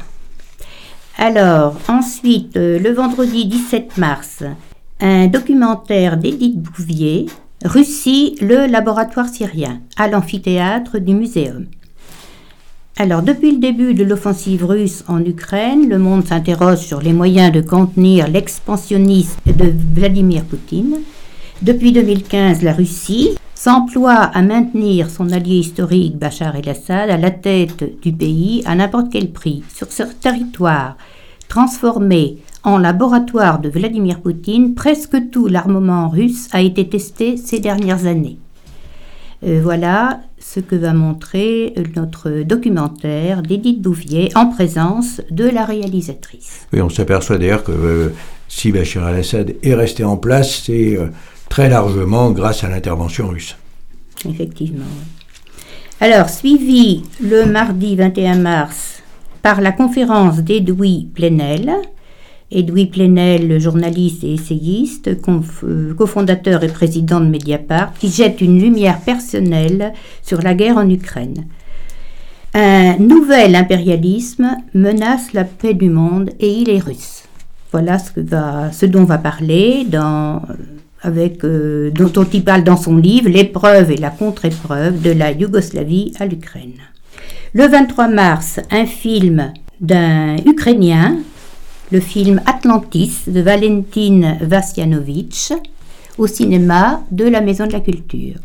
Alors, ensuite, le vendredi dix-sept mars, un documentaire d'Édith Bouvier, Russie, le laboratoire syrien, à l'amphithéâtre du Muséum. Alors, depuis le début de l'offensive russe en Ukraine, le monde s'interroge sur les moyens de contenir l'expansionnisme de Vladimir Poutine. Depuis deux mille quinze, la Russie s'emploie à maintenir son allié historique Bachar el-Assad à la tête du pays à n'importe quel prix. Sur ce territoire transformé en laboratoire de Vladimir Poutine, presque tout l'armement russe a été testé ces dernières années. Euh, voilà ce que va montrer notre documentaire d'Édith Bouvier en présence de la réalisatrice. Oui, on s'aperçoit d'ailleurs que euh, si Bachar el-Assad est resté en place, c'est euh, très largement grâce à l'intervention russe. Effectivement. Alors, suivi le mardi vingt et un mars par la conférence d'Edoui Plenel. Edoui Plenel, journaliste et essayiste, cofondateur et président de Mediapart, qui jette une lumière personnelle sur la guerre en Ukraine. Un nouvel impérialisme menace la paix du monde et il est russe. Voilà ce, que va, ce dont va parler, dans, avec, euh, dont, dont il parle dans son livre « L'épreuve et la contre-épreuve de la Yougoslavie à l'Ukraine ». Le vingt-trois mars, un film d'un Ukrainien, le film Atlantis de Valentin Vassianovitch, au cinéma de la Maison de la Culture.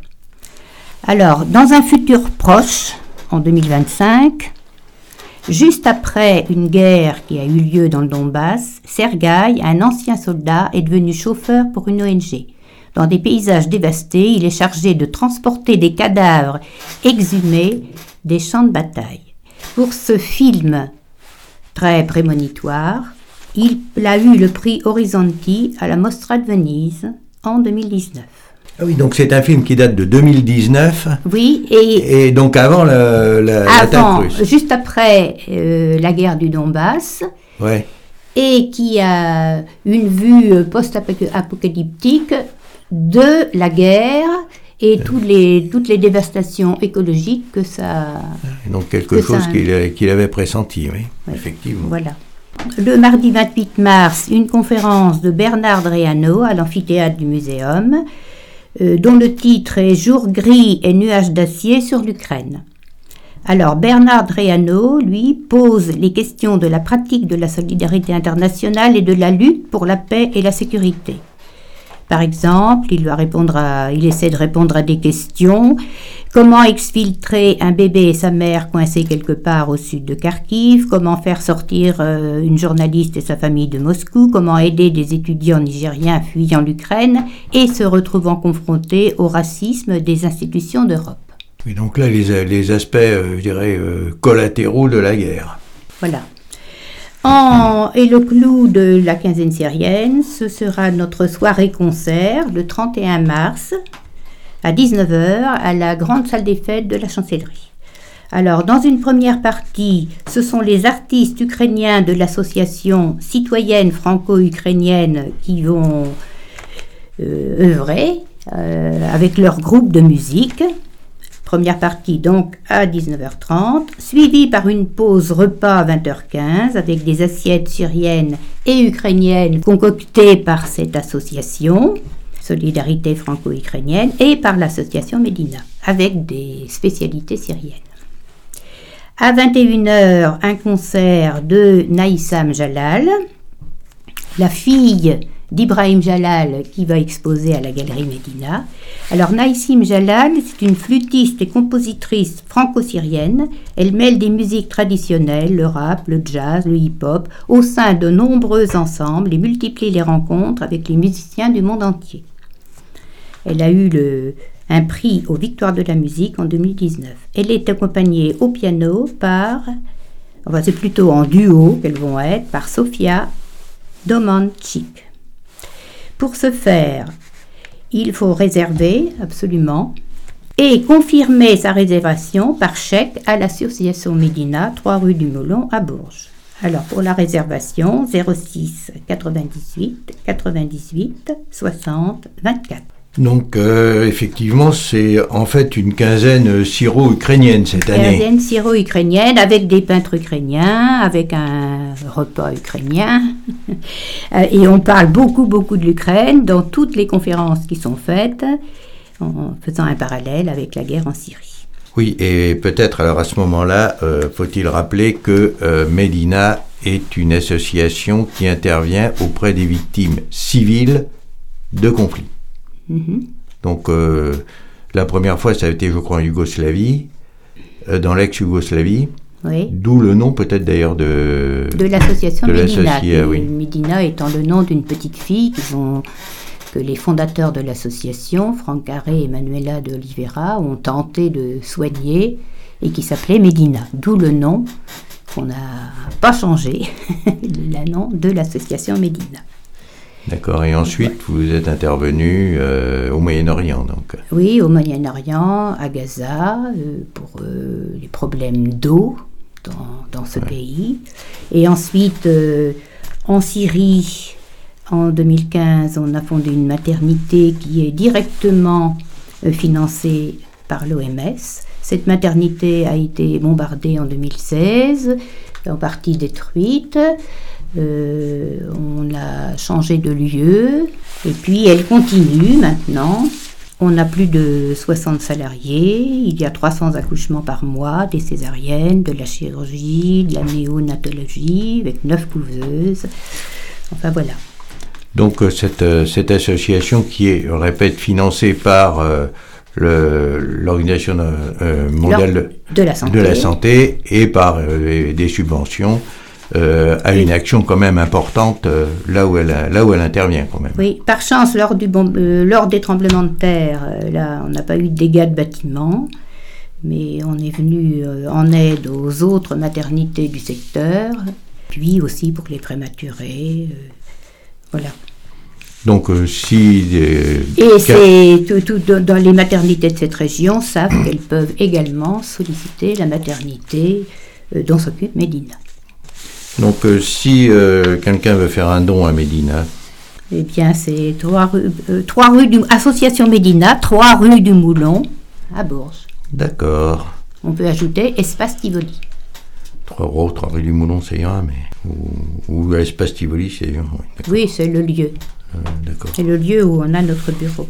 Alors, dans un futur proche, en deux mille vingt-cinq, juste après une guerre qui a eu lieu dans le Donbass, Sergueï, un ancien soldat, est devenu chauffeur pour une O N G. Dans des paysages dévastés, il est chargé de transporter des cadavres exhumés des champs de bataille. Pour ce film très prémonitoire, il a eu le prix Horizonti à la Mostra de Venise en deux mille dix-neuf. Ah oui, donc c'est un film qui date de deux mille dix-neuf. Oui, et, et donc avant la, la, l'attaque avant, russe. Juste après euh, la guerre du Donbass, ouais. Et qui a une vue post-apocalyptique de la guerre et ouais. tous les, toutes les dévastations écologiques que ça... Donc quelque chose ça... qu'il, qu'il avait pressenti, oui, ouais. Effectivement. Voilà. Le mardi vingt-huit mars, une conférence de Bernard Dreano à l'amphithéâtre du Muséum, Euh, dont le titre est « Jour gris et nuages d'acier sur l'Ukraine ». Alors Bernard Dreano, lui, pose les questions de la pratique de la solidarité internationale et de la lutte pour la paix et la sécurité. Par exemple, il, va répondre à, il essaie de répondre à des questions. Comment exfiltrer un bébé et sa mère coincés quelque part au sud de Kharkiv? Comment faire sortir euh, une journaliste et sa famille de Moscou? Comment aider des étudiants nigériens fuyant l'Ukraine et se retrouvant confrontés au racisme des institutions d'Europe? Oui, donc là, les, les aspects, euh, je dirais, euh, collatéraux de la guerre. Voilà. En, et le clou de la quinzaine syrienne, ce sera notre soirée-concert le trente et un mars à dix-neuf heures à la grande salle des fêtes de la Chancellerie. Alors, dans une première partie, ce sont les artistes ukrainiens de l'association citoyenne franco-ukrainienne qui vont euh, œuvrer euh, avec leur groupe de musique. Première partie donc à dix-neuf heures trente, suivie par une pause repas à vingt heures quinze avec des assiettes syriennes et ukrainiennes concoctées par cette association, Solidarité franco-ukrainienne, et par l'association Médina, avec des spécialités syriennes. À vingt et une heures, un concert de Naïsam Jalal, la fille d'Ibrahim Jalal qui va exposer à la Galerie Médina. Alors Naïssim Jalal, c'est une flûtiste et compositrice franco-syrienne. Elle mêle des musiques traditionnelles, le rap, le jazz, le hip-hop, au sein de nombreux ensembles et multiplie les rencontres avec les musiciens du monde entier. Elle a eu le, un prix aux Victoires de la musique en deux mille dix-neuf. Elle est accompagnée au piano par, enfin c'est plutôt en duo qu'elles vont être, par Sofia Domanchik. Pour ce faire, il faut réserver absolument et confirmer sa réservation par chèque à l'association Médina, trois rue du Moulon à Bourges. Alors pour la réservation, zéro six quatre-vingt-dix-huit quatre-vingt-dix-huit soixante vingt-quatre. Donc euh, effectivement, c'est en fait une quinzaine syro-ukrainienne cette année. Quinzaine syro-ukrainienne avec des peintres ukrainiens, avec un repas ukrainien. Et on parle beaucoup, beaucoup de l'Ukraine dans toutes les conférences qui sont faites, en faisant un parallèle avec la guerre en Syrie. Oui, et peut-être alors à ce moment-là, euh, faut-il rappeler que euh, Médina est une association qui intervient auprès des victimes civiles de conflits. Mmh. Donc, euh, la première fois, ça a été, je crois, en Yougoslavie, euh, dans l'ex-Yougoslavie. Oui. D'où le nom, peut-être d'ailleurs, de... De l'association de Médina. Ah, oui. Médina étant le nom d'une petite fille qu'ils ont, que les fondateurs de l'association, Franck Carré et Manuela de Oliveira, ont tenté de soigner et qui s'appelait Médina. D'où le nom qu'on n'a pas changé, le nom de l'association Médina. D'accord, et ensuite vous êtes intervenu euh, au Moyen-Orient donc. Oui, au Moyen-Orient, à Gaza, euh, pour euh, les problèmes d'eau dans, dans ce ouais. pays. Et ensuite, euh, en Syrie, en deux mille quinze, on a fondé une maternité qui est directement euh, financée par l'O M S. Cette maternité a été bombardée en deux mille seize, en partie détruite. Euh, on a changé de lieu et puis elle continue maintenant. On a plus de soixante salariés, il y a trois cents accouchements par mois, des césariennes, de la chirurgie, de la néonatologie, avec neuf couveuses. Enfin voilà. Donc cette, cette association qui est, je répète, financée par euh, le, l'Organisation euh, mondiale de, de, la santé. de la santé et par euh, des subventions, Euh, a une action quand même importante euh, là, où elle, là où elle intervient quand même. Oui, par chance, lors, du bon, euh, lors des tremblements de terre, euh, là, on n'a pas eu de dégâts de bâtiments, mais on est venu euh, en aide aux autres maternités du secteur, puis aussi pour les prématurés, euh, voilà. Donc euh, si... Euh, Et c'est tout, tout, dans les maternités de cette région savent qu'elles peuvent également solliciter la maternité euh, dont s'occupe Médina. Donc, euh, si euh, quelqu'un veut faire un don à Médina, eh bien, c'est trois rue, euh, trois rue du Association Médina, trois rue du Moulon, à Bourges. D'accord. On peut ajouter Espace Tivoli. trois euros, trois rue du Moulon, ça ira, mais ou, ou Espace Tivoli, c'est oui, oui, c'est le lieu. Euh, d'accord. C'est le lieu où on a notre bureau.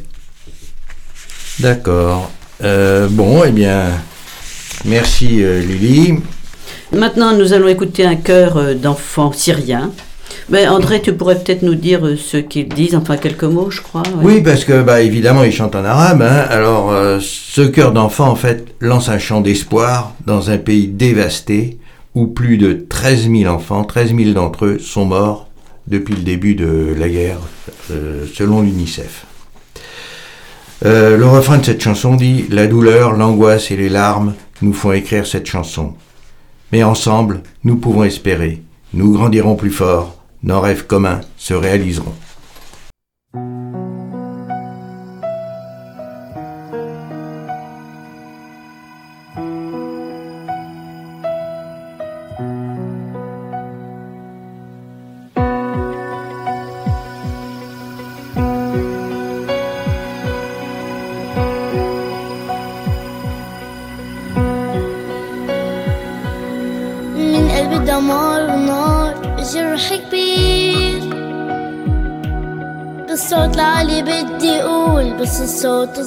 D'accord. Euh, bon, eh bien, merci euh, Lily. Maintenant, nous allons écouter un chœur d'enfants syriens. Mais André, tu pourrais peut-être nous dire ce qu'ils disent, enfin quelques mots, je crois. Ouais. Oui, parce que, bah, évidemment, ils chantent en arabe. Hein. Alors, euh, ce chœur d'enfants, en fait, lance un chant d'espoir dans un pays dévasté où plus de treize mille enfants, treize mille d'entre eux, sont morts depuis le début de la guerre, euh, selon l'UNICEF. Euh, le refrain de cette chanson dit « La douleur, l'angoisse et les larmes nous font écrire cette chanson. Mais ensemble, nous pouvons espérer. Nous grandirons plus fort. Nos rêves communs se réaliseront. » دمار ونار جرح كبير بالصوت العالي بدي اقول بس الصوت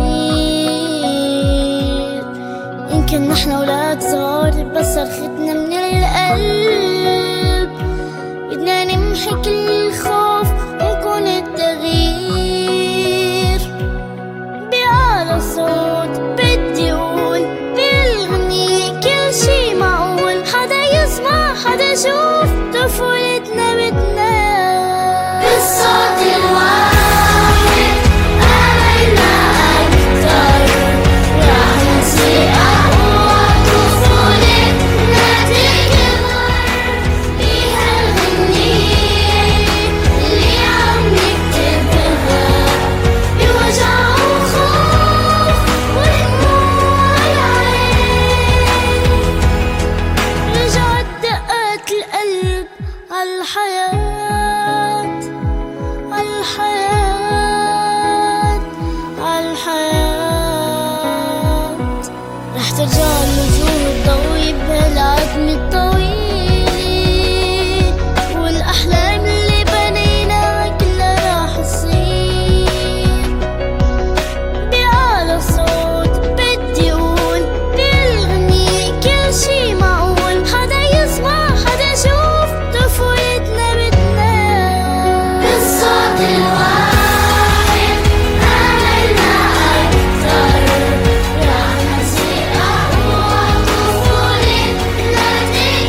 صغير يمكن نحن اولاد صغار بس صرختنا من القلب بدنا نمحي كل الخوف ونكون التغيير بأعلى صوت بدي اقول بالغنية كل شي معقول حدا يسمع حدا يشوف طفولتنا بدنا بالصوت الواحد آمنا أكتر راح نسيق أقوى طفولتنا تكبر بيها الغنية اللي عم نكتبها بوجع وخوف ودموع العين رجعت دقات القلب عالحياة عالحياة عالحياة رح ترجع النجوم الضوي بهالعتمة الطويل والأحلام اللي بنيناها كلها راح تصير بأعلى صوت بدي أقول بالغنية كل شي معقول حدا يسمع حدا يشوف طفولتنا بدنا بالصوت الواحد آمنا أكتر راح نسيق أقوى طفولتنا تكبر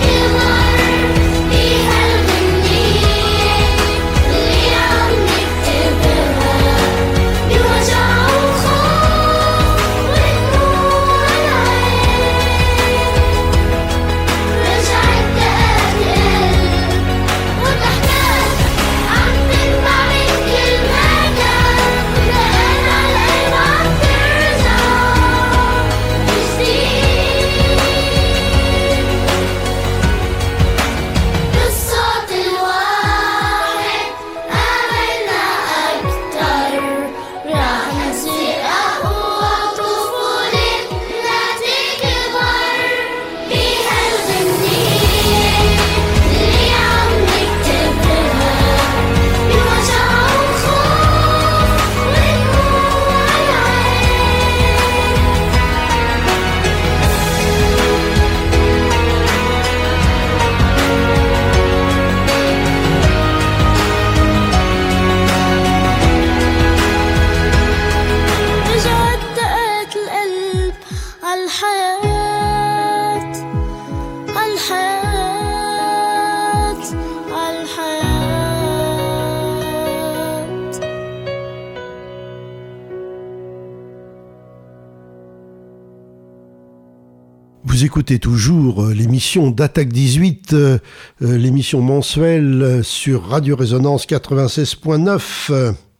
Vous écoutez toujours l'émission d'Attaque dix-huit, euh, l'émission mensuelle sur Radio Résonance quatre-vingt-seize point neuf.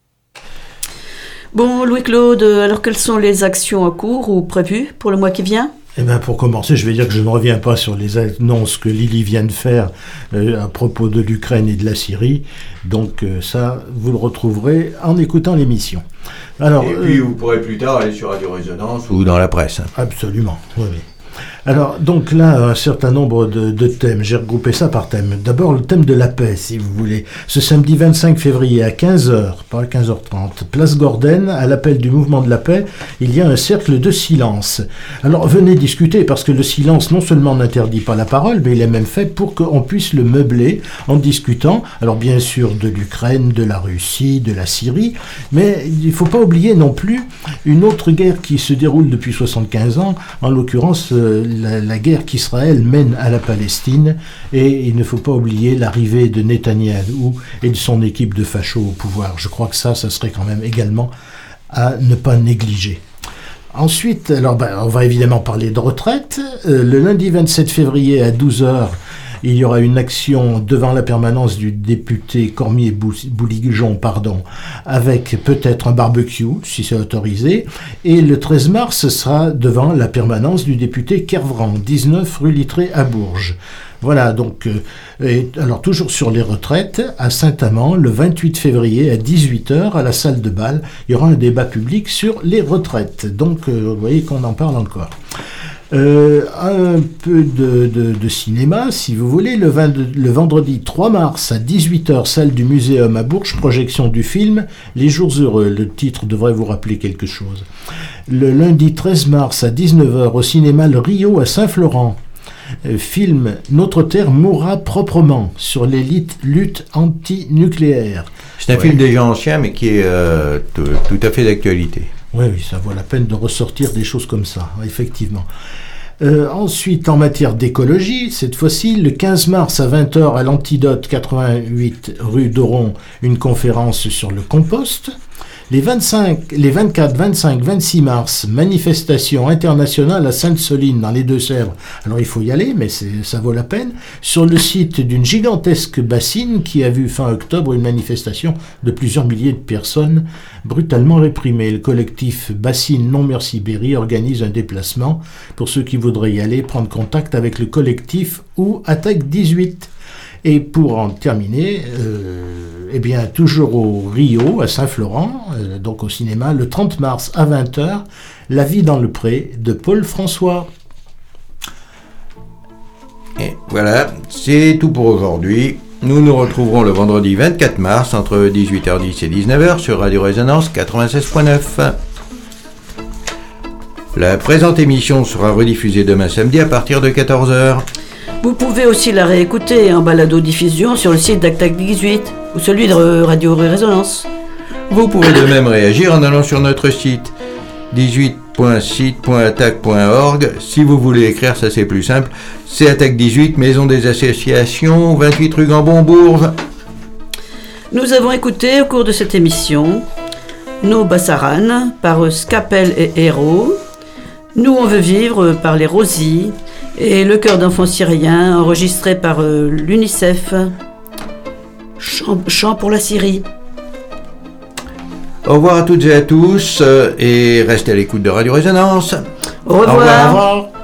Bon, Louis-Claude, alors quelles sont les actions en cours ou prévues pour le mois qui vient ? Eh bien, pour commencer, je vais dire que je ne reviens pas sur les annonces que Lily vient de faire euh, à propos de l'Ukraine et de la Syrie. Donc euh, ça, vous le retrouverez en écoutant l'émission. Alors, et puis, euh, vous pourrez plus tard aller sur Radio Résonance ou dans la presse. Absolument, oui, oui. Alors, donc là, un certain nombre de, de thèmes. J'ai regroupé ça par thème. D'abord, le thème de la paix, si vous voulez. Ce samedi vingt-cinq février à quinze heures, pas à quinze heures trente, place Gordenne, à l'appel du mouvement de la paix, il y a un cercle de silence. Alors, venez discuter, parce que le silence, non seulement n'interdit pas la parole, mais il est même fait pour qu'on puisse le meubler en discutant, alors bien sûr, de l'Ukraine, de la Russie, de la Syrie, mais il ne faut pas oublier non plus une autre guerre qui se déroule depuis soixante-quinze ans, en l'occurrence, euh, La, la guerre qu'Israël mène à la Palestine, et il ne faut pas oublier l'arrivée de Netanyahou et de son équipe de fachos au pouvoir. Je crois que ça, ça serait quand même également à ne pas négliger. Ensuite, alors ben, on va évidemment parler de retraite. Euh, le lundi vingt-sept février à douze heures, il y aura une action devant la permanence du député Cormier-Bouligeon, pardon, avec peut-être un barbecue, si c'est autorisé. Et le treize mars, ce sera devant la permanence du député Kervran, dix-neuf rue Littré à Bourges. Voilà, donc, euh, et, alors toujours sur les retraites, à Saint-Amand, le vingt-huit février à dix-huit heures, à la salle de bal, il y aura un débat public sur les retraites. Donc, euh, vous voyez qu'on en parle encore. Euh, un peu de, de, de cinéma, si vous voulez, le, vingt, le vendredi trois mars à dix-huit heures, salle du Muséum à Bourges, projection du film Les Jours Heureux. Le titre devrait vous rappeler quelque chose. Le lundi treize mars à dix-neuf heures, au cinéma Le Rio à Saint-Florent. Euh, film Notre Terre mourra proprement, sur l'élite lutte anti-nucléaire. C'est un ouais. film déjà ancien, mais qui est euh, tout, tout à fait d'actualité. Oui, oui, ça vaut la peine de ressortir des choses comme ça, effectivement. Euh, ensuite, en matière d'écologie, cette fois-ci, le quinze mars à vingt heures à l'Antidote, quatre-vingt-huit rue d'Oron, une conférence sur le compost. Les, vingt-cinq, les vingt-quatre, vingt-cinq, vingt-six mars, manifestation internationale à Sainte-Soline, dans les Deux-Sèvres. Alors il faut y aller, mais c'est, ça vaut la peine. Sur le site d'une gigantesque bassine qui a vu fin octobre une manifestation de plusieurs milliers de personnes brutalement réprimées. Le collectif Bassine Non Merci Berry organise un déplacement. Pour ceux qui voudraient y aller, prendre contact avec le collectif ou Attaque dix-huit. Et pour en terminer, euh, eh bien, toujours au Rio, à Saint-Florent, euh, donc au cinéma, le trente mars à vingt heures, La vie dans le pré de Paul François. Et voilà, c'est tout pour aujourd'hui. Nous nous retrouverons le vendredi vingt-quatre mars entre dix-huit heures dix et dix-neuf heures sur Radio Résonance quatre-vingt-seize point neuf. La présente émission sera rediffusée demain samedi à partir de quatorze heures. Vous pouvez aussi la réécouter en balado-diffusion sur le site d'Attaque dix-huit ou celui de Radio Résonance. Vous pouvez de même réagir en allant sur notre site dix-huit point site point attaque point org. Si vous voulez écrire, ça c'est plus simple. C'est Attaque dix-huit, Maison des Associations, vingt-huit rue Gambon-Bourges. Nous avons écouté au cours de cette émission Nos Bassaran par Scapel et Héros, Nous on veut vivre par les Rosies, et Le Chœur d'enfants syriens, enregistré par euh, l'UNICEF. Chant, chant pour la Syrie. Au revoir à toutes et à tous, euh, et restez à l'écoute de Radio Résonance. Au revoir. Au revoir. Au revoir.